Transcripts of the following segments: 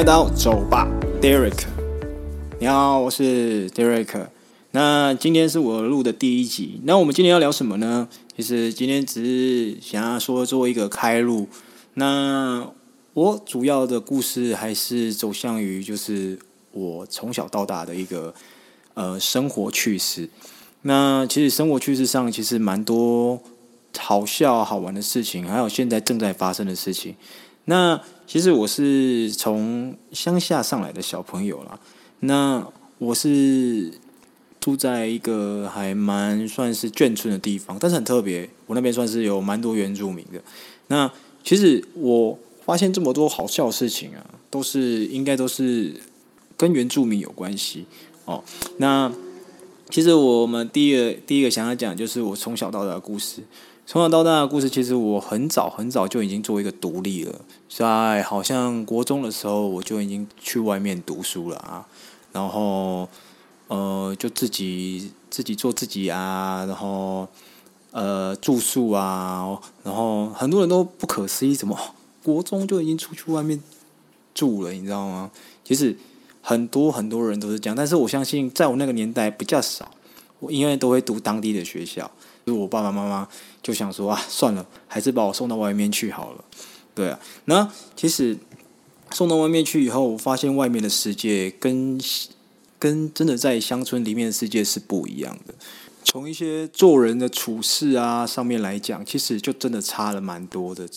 来到走吧 Derek。 你好，我是 Derek。 那今天是我录的第一集。那我们今天要聊什么呢？其实今天只是想要说做一个开录。那我主要的故事还是走向于就是我从小到大的一个生活趣事。那其实生活趣事上其实蛮多好笑好玩的事情，还有现在正在发生的事情。那其实我是从乡下上来的小朋友啦。那我是住在一个还蛮算是眷村的地方，但是很特别，我那边算是有蛮多原住民的。那其实我发现这么多好笑的事情啊，应该都是跟原住民有关系哦。那其实我们第一个想要讲就是我从小到大的故事。从小到大的故事，其实我很早就已经做一个独立了。在好像国中的时候，我就已经去外面读书了啊。然后就自己做自己啊，然后住宿啊，然后很多人都不可思议，怎么国中就已经出去外面住了，你知道吗？其实很多人都是这样，但是我相信在我那个年代比较少，我因为都会读当地的学校。就是我爸爸妈妈就想说啊，算了，还是把我送到外面去好了。对啊，那其实送到外面去以后，我发现外面的世界跟真的在乡村里面的世界是不一样的。从一些做人的处事啊上面来讲，其实就真的差了蛮多的。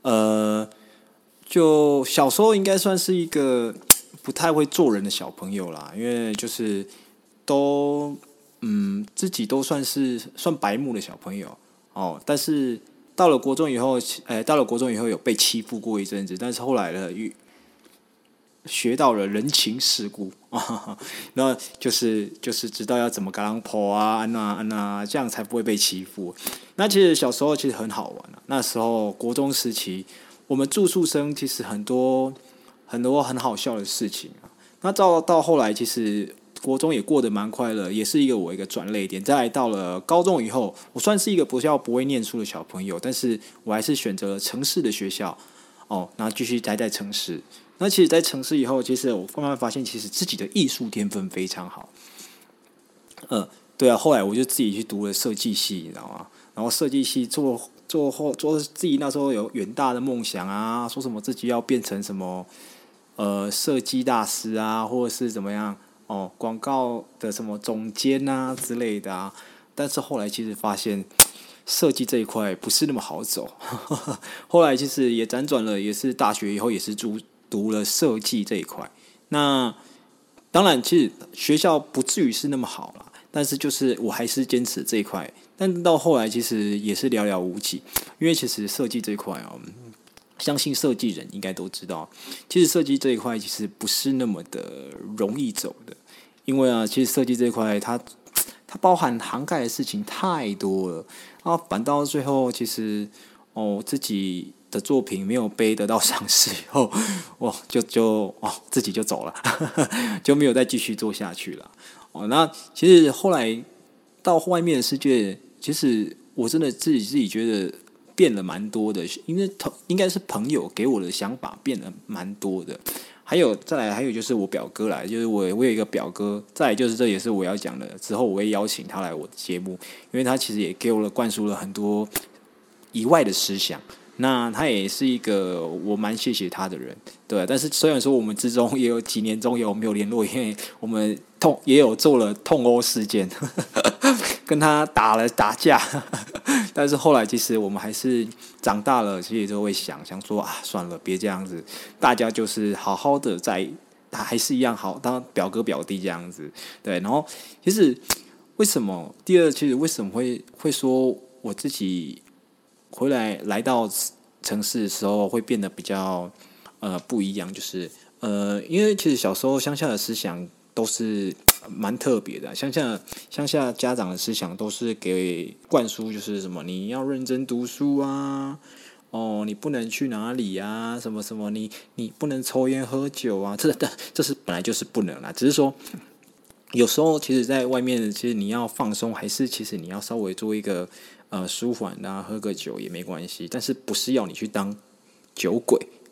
就小时候应该算是一个不太会做人的小朋友啦，因为就是都自己都算白目的小朋友哦。但是到了国中以后，有被欺负过一阵子，但是后来呢，学到了人情世故啊，那就是知道要怎么跟人婆啊，安娜，这样才不会被欺负。那其实小时候其实很好玩啊。那时候国中时期，我们住宿生其实很多很好笑的事情啊。那到后来，其实国中也过得蛮快乐，也是我一个转捩点。再来到了高中以后，我算是一个不会念书的小朋友，但是我还是选择了城市的学校哦，那继续待在城市。那其实，在城市以后，其实我慢慢发现，其实自己的艺术天分非常好。对啊，后来我就自己去读了设计系，你知道吗？然后设计系做自己那时候有远大的梦想啊，说什么自己要变成什么设计大师啊，或者是怎么样哦，广告的什么总监啊之类的啊。但是后来其实发现，设计这一块不是那么好走。后来其实也辗转了，也是大学以后也是读了设计这一块。那当然，其实学校不至于是那么好啦，但是就是我还是坚持这一块。但到后来其实也是寥寥无几，因为其实设计这一块哦，相信设计人应该都知道，其实设计这一块其实不是那么的容易走的。因为啊，其实设计这一块它包涵涵盖的事情太多了，然后反到最后，其实自己的作品没有得到赏识以后，自己就走了，就没有再继续做下去了。那其实后来到外面的世界，其实我真的自己觉得变了蛮多的，因为应该是朋友给我的想法变了蛮多的。还有就是我表哥来，就是我有一个表哥，再来就是这也是我要讲的，之后我会邀请他来我的节目，因为他其实也给我灌输了很多以外的思想。那他也是一个我蛮谢谢他的人，对。但是虽然说我们之中也有几年中没有联络，因为我们也有做了痛殴事件，跟他打架。但是后来其实我们还是长大了，其实就会想说啊，算了，别这样子，大家就是好好的还是一样好当表哥表弟这样子，对。然后其实为什么会说我自己来到城市的时候会变得比较不一样，就是因为其实小时候乡下的思想都是蛮特别的，乡下家长的思想都是给灌输，就是什么你要认真读书啊，你不能去哪里啊，什么什么你不能抽烟喝酒啊，这是本来就是不能啦，只是说有时候其实在外面，其实你要放松，还是其实你要稍微做一个舒缓啊，喝个酒也没关系，但是不是要你去当酒鬼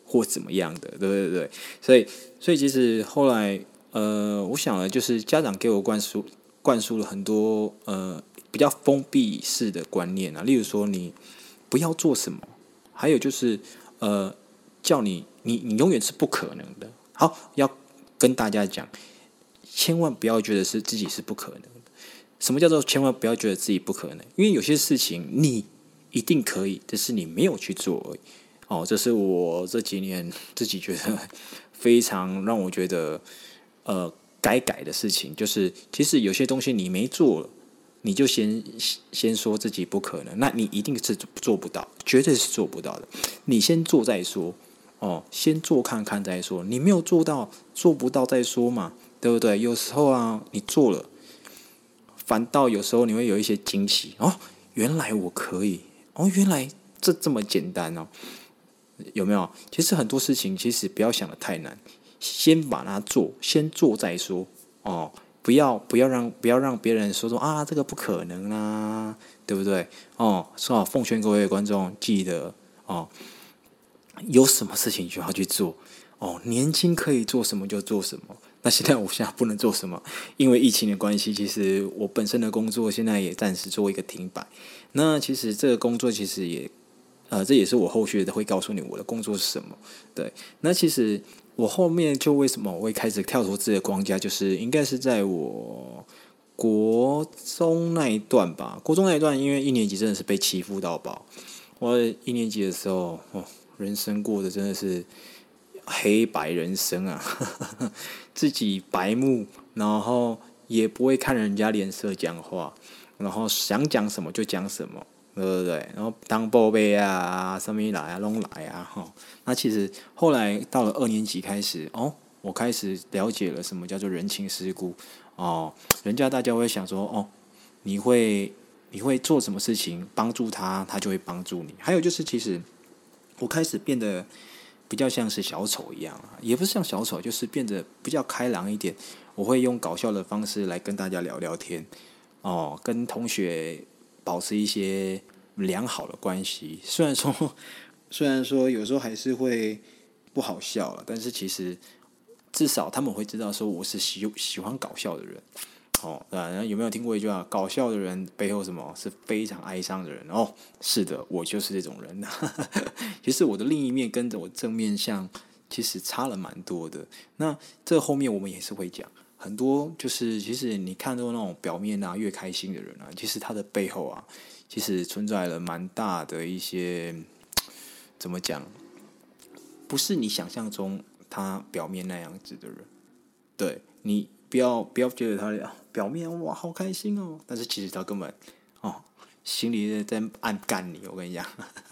或怎么样的，对，所以其实后来我想了，就是家长给我灌输了很多比较封闭式的观念啊，例如说你不要做什么，还有就是叫你永远是不可能的。好，要跟大家讲，千万不要觉得是自己是不可能的。什么叫做千万不要觉得自己不可能？因为有些事情你一定可以，只是你没有去做而已。哦，这是我这几年自己觉得非常让我觉得该改的事情，就是其实有些东西你没做了，你就先说自己不可能，那你一定是做不到，绝对是做不到的。你先做再说，先做看看再说。你没有做到，做不到再说嘛，对不对？有时候啊，你做了，反倒有时候你会有一些惊喜哦，原来我可以，哦，原来这么简单哦，有没有？其实很多事情其实不要想得太难，先把它做，先做再说哦。不要让别人说啊，这个不可能啦，对不对？哦，说好，奉劝各位观众记得哦，有什么事情就要去做哦。年轻可以做什么就做什么。那现在不能做什么，因为疫情的关系，其实我本身的工作现在也暂时做一个停摆。那其实这个工作其实也这也是我后续的会告诉你我的工作是什么。对，那其实我后面就为什么我会开始跳脱自己的框架，就是应该是在我国中那一段吧。国中那一段，因为一年级真的是被欺负到爆。我一年级的时候，人生过得真的是黑白人生啊，自己白目，然后也不会看人家脸色讲话，然后想讲什么就讲什么。对不对？然后当宝贝啊，什么来啊，拢来啊，那其实后来到了2年级开始，我开始了解了什么叫做人情世故哦。人家大家会想说，你会做什么事情帮助他，他就会帮助你。还有就是，其实我开始变得比较像是小丑一样啊，也不是像小丑，就是变得比较开朗一点。我会用搞笑的方式来跟大家聊聊天，跟同学保持一些良好的关系。虽然说有时候还是会不好笑了，但是其实至少他们会知道说我是喜欢搞笑的人。对吧？有没有听过一句话？搞笑的人背后什么是非常哀伤的人？是的，我就是这种人。其实我的另一面跟着我正面相，其实差了蛮多的。那这后面我们也是会讲很多，就是其实你看到那种表面啊越开心的人啊，其实他的背后啊，其实存在了蛮大的一些怎么讲，不是你想象中他表面那样子的人。对，你不要觉得他表面哇好开心哦，但是其实他根本心里在暗干你。我跟你讲，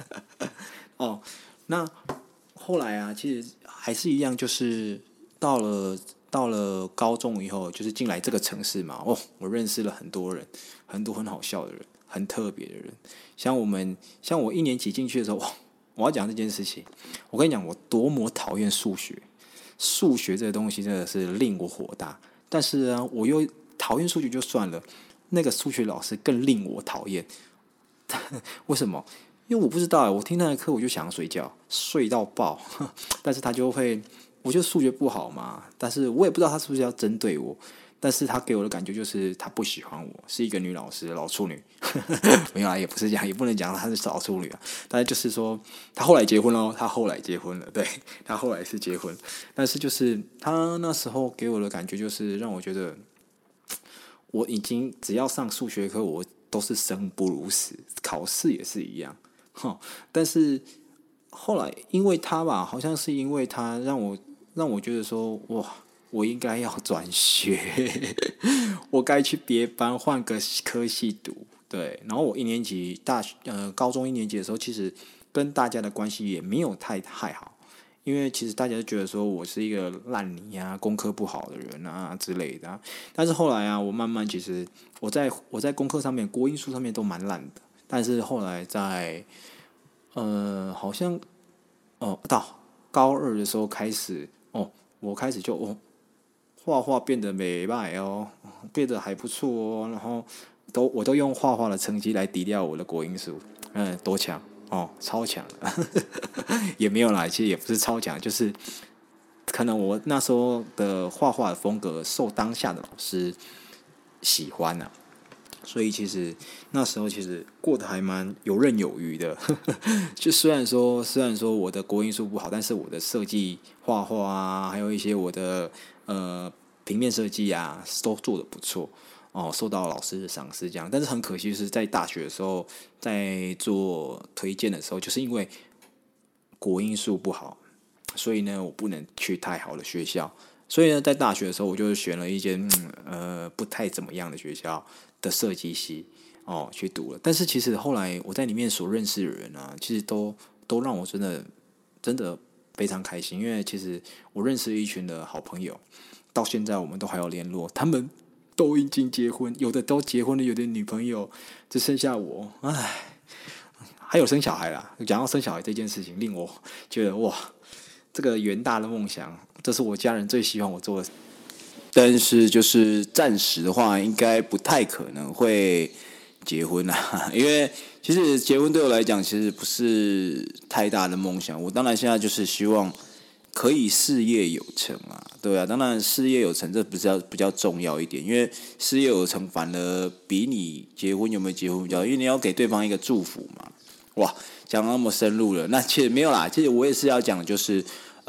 那后来啊，其实还是一样，就是到了高中以后，就是进来这个城市嘛，我认识了很多人，很多很好笑的人，很特别的人。像我1年级进去的时候，我要讲这件事情，我跟你讲，我多么讨厌数学。数学这个东西真的是令我火大，但是呢，我又讨厌数学就算了，那个数学老师更令我讨厌。为什么？因为我不知道，我听他的课我就想睡觉，睡到爆。但是他就会，我就数学不好嘛，但是我也不知道他是不是要针对我。但是他给我的感觉就是他不喜欢我，是一个女老师，老处女。没有啊，也不是这样，也不能讲她是老处女啊。但是就是说，她后来结婚了，她后来结婚了，对，她后来是结婚。但是就是她那时候给我的感觉就是让我觉得，我已经只要上数学课，我都是生不如死，考试也是一样。但是后来因为她吧，好像是因为她让我觉得说，哇。我应该要转学，我该去别班换个科系读。对，然后我1年级高中1年级的时候，其实跟大家的关系也没有太好，因为其实大家都觉得说我是一个烂泥啊，功课不好的人啊之类的。但是后来啊，我慢慢其实我在功课上面、国英数上面都蛮烂的，但是后来在好像到高2的时候开始我开始就画画变得美败变得还不错哦，然后我都用画画的成绩来抵掉我的国英数，多强超强也没有啦，其实也不是超强，就是可能我那时候的画画的风格受当下的老师喜欢啊，所以其实那时候其实过得还蛮游刃有余的。就虽然说我的国英数不好，但是我的设计画画啊，还有一些我的平面设计啊，都做得不错受到老师的赏识这样。但是很可惜是在大学的时候，在做推荐的时候，就是因为国英数不好，所以呢我不能去太好的学校。所以呢，在大学的时候，我就选了一间不太怎么样的学校的设计系去读了。但是其实后来我在里面所认识的人啊，其实都让我真的非常开心，因为其实我认识一群的好朋友，到现在我们都还有联络，他们都已经结婚，有的都结婚了，有的女朋友，只剩下我，还有生小孩啦。讲到生小孩这件事情，令我觉得哇，这个远大的梦想，这是我家人最希望我做的。 但是就是暂时的话，应该不太可能会结婚啊，因为其实结婚对我来讲，其实不是太大的梦想。我当然现在就是希望可以事业有成啊，对啊，当然事业有成这比较重要一点，因为事业有成反而比你结婚有没有结婚比较，因为你要给对方一个祝福嘛。哇，讲那么深入了，那其实没有啦，其实我也是要讲，就是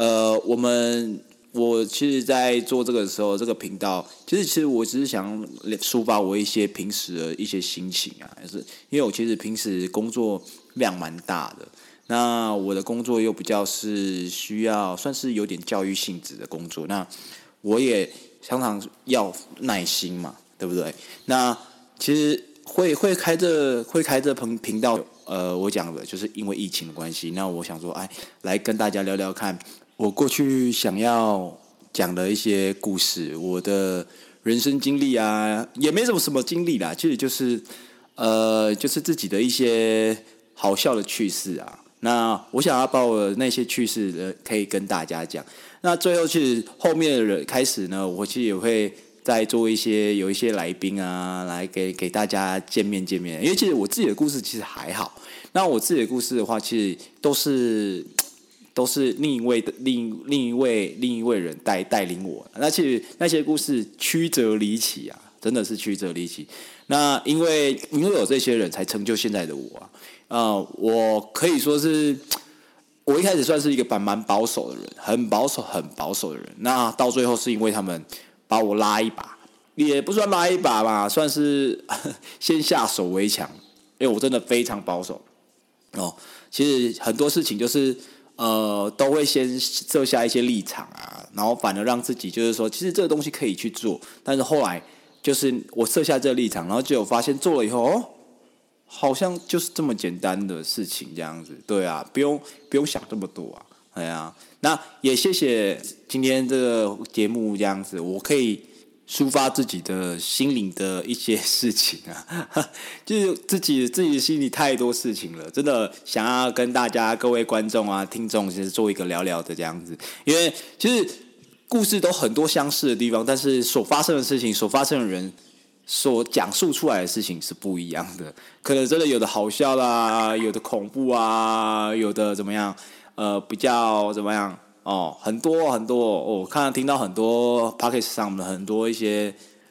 我其实，在做这个的时候，这个频道，其实我只是想抒发我一些平时的一些心情啊，就是因为我其实平时工作量蛮大的，那我的工作又比较是需要算是有点教育性质的工作，那我也常常要耐心嘛，对不对？那其实会开这频道，我讲的就是因为疫情的关系，那我想说，来跟大家聊聊看。我过去想要讲的一些故事，我的人生经历啊，也没什么经历啦，其实就是自己的一些好笑的趣事啊。那我想要把我的那些趣事可以跟大家讲。那最后其实后面的人开始呢，我其实也会再做有一些来宾啊，来给大家见面。因为其实我自己的故事其实还好，那我自己的故事的话，其实都是另一位人带领我。那其实那些故事曲折离奇啊，真的是曲折离奇。那因为有这些人才成就现在的我啊。我可以说是我一开始算是一个蛮保守的人，很保守的人。那到最后是因为他们把我拉一把，也不算拉一把吧，算是先下手为强。因为我真的非常保守其实很多事情就是都会先设下一些立场啊，然后反而让自己就是说，其实这个东西可以去做，但是后来就是我设下这个立场，然后结果发现做了以后，好像就是这么简单的事情这样子，对啊，不用想这么多啊，那也谢谢今天这个节目这样子，我可以抒发自己的心灵的一些事情啊，就是自己心里太多事情了，真的想要跟大家各位观众啊、听众，其实做一个聊聊的这样子。因为其实故事都很多相似的地方，但是所发生的事情、所发生的人、所讲述出来的事情是不一样的。可能真的有的好笑啦，有的恐怖啊，有的怎么样？比较怎么样？很多我听到很多 Podcast 上的很多一些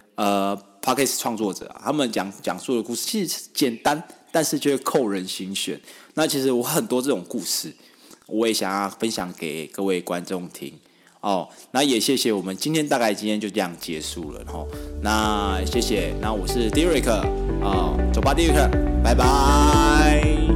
Podcast 创作者啊，他们讲述的故事其实简单，但是却扣人心弦。那其实我很多这种故事，我也想要分享给各位观众听那也谢谢我们今天就这样结束了那谢谢，那我是 Derek 走吧 Derek， 拜拜。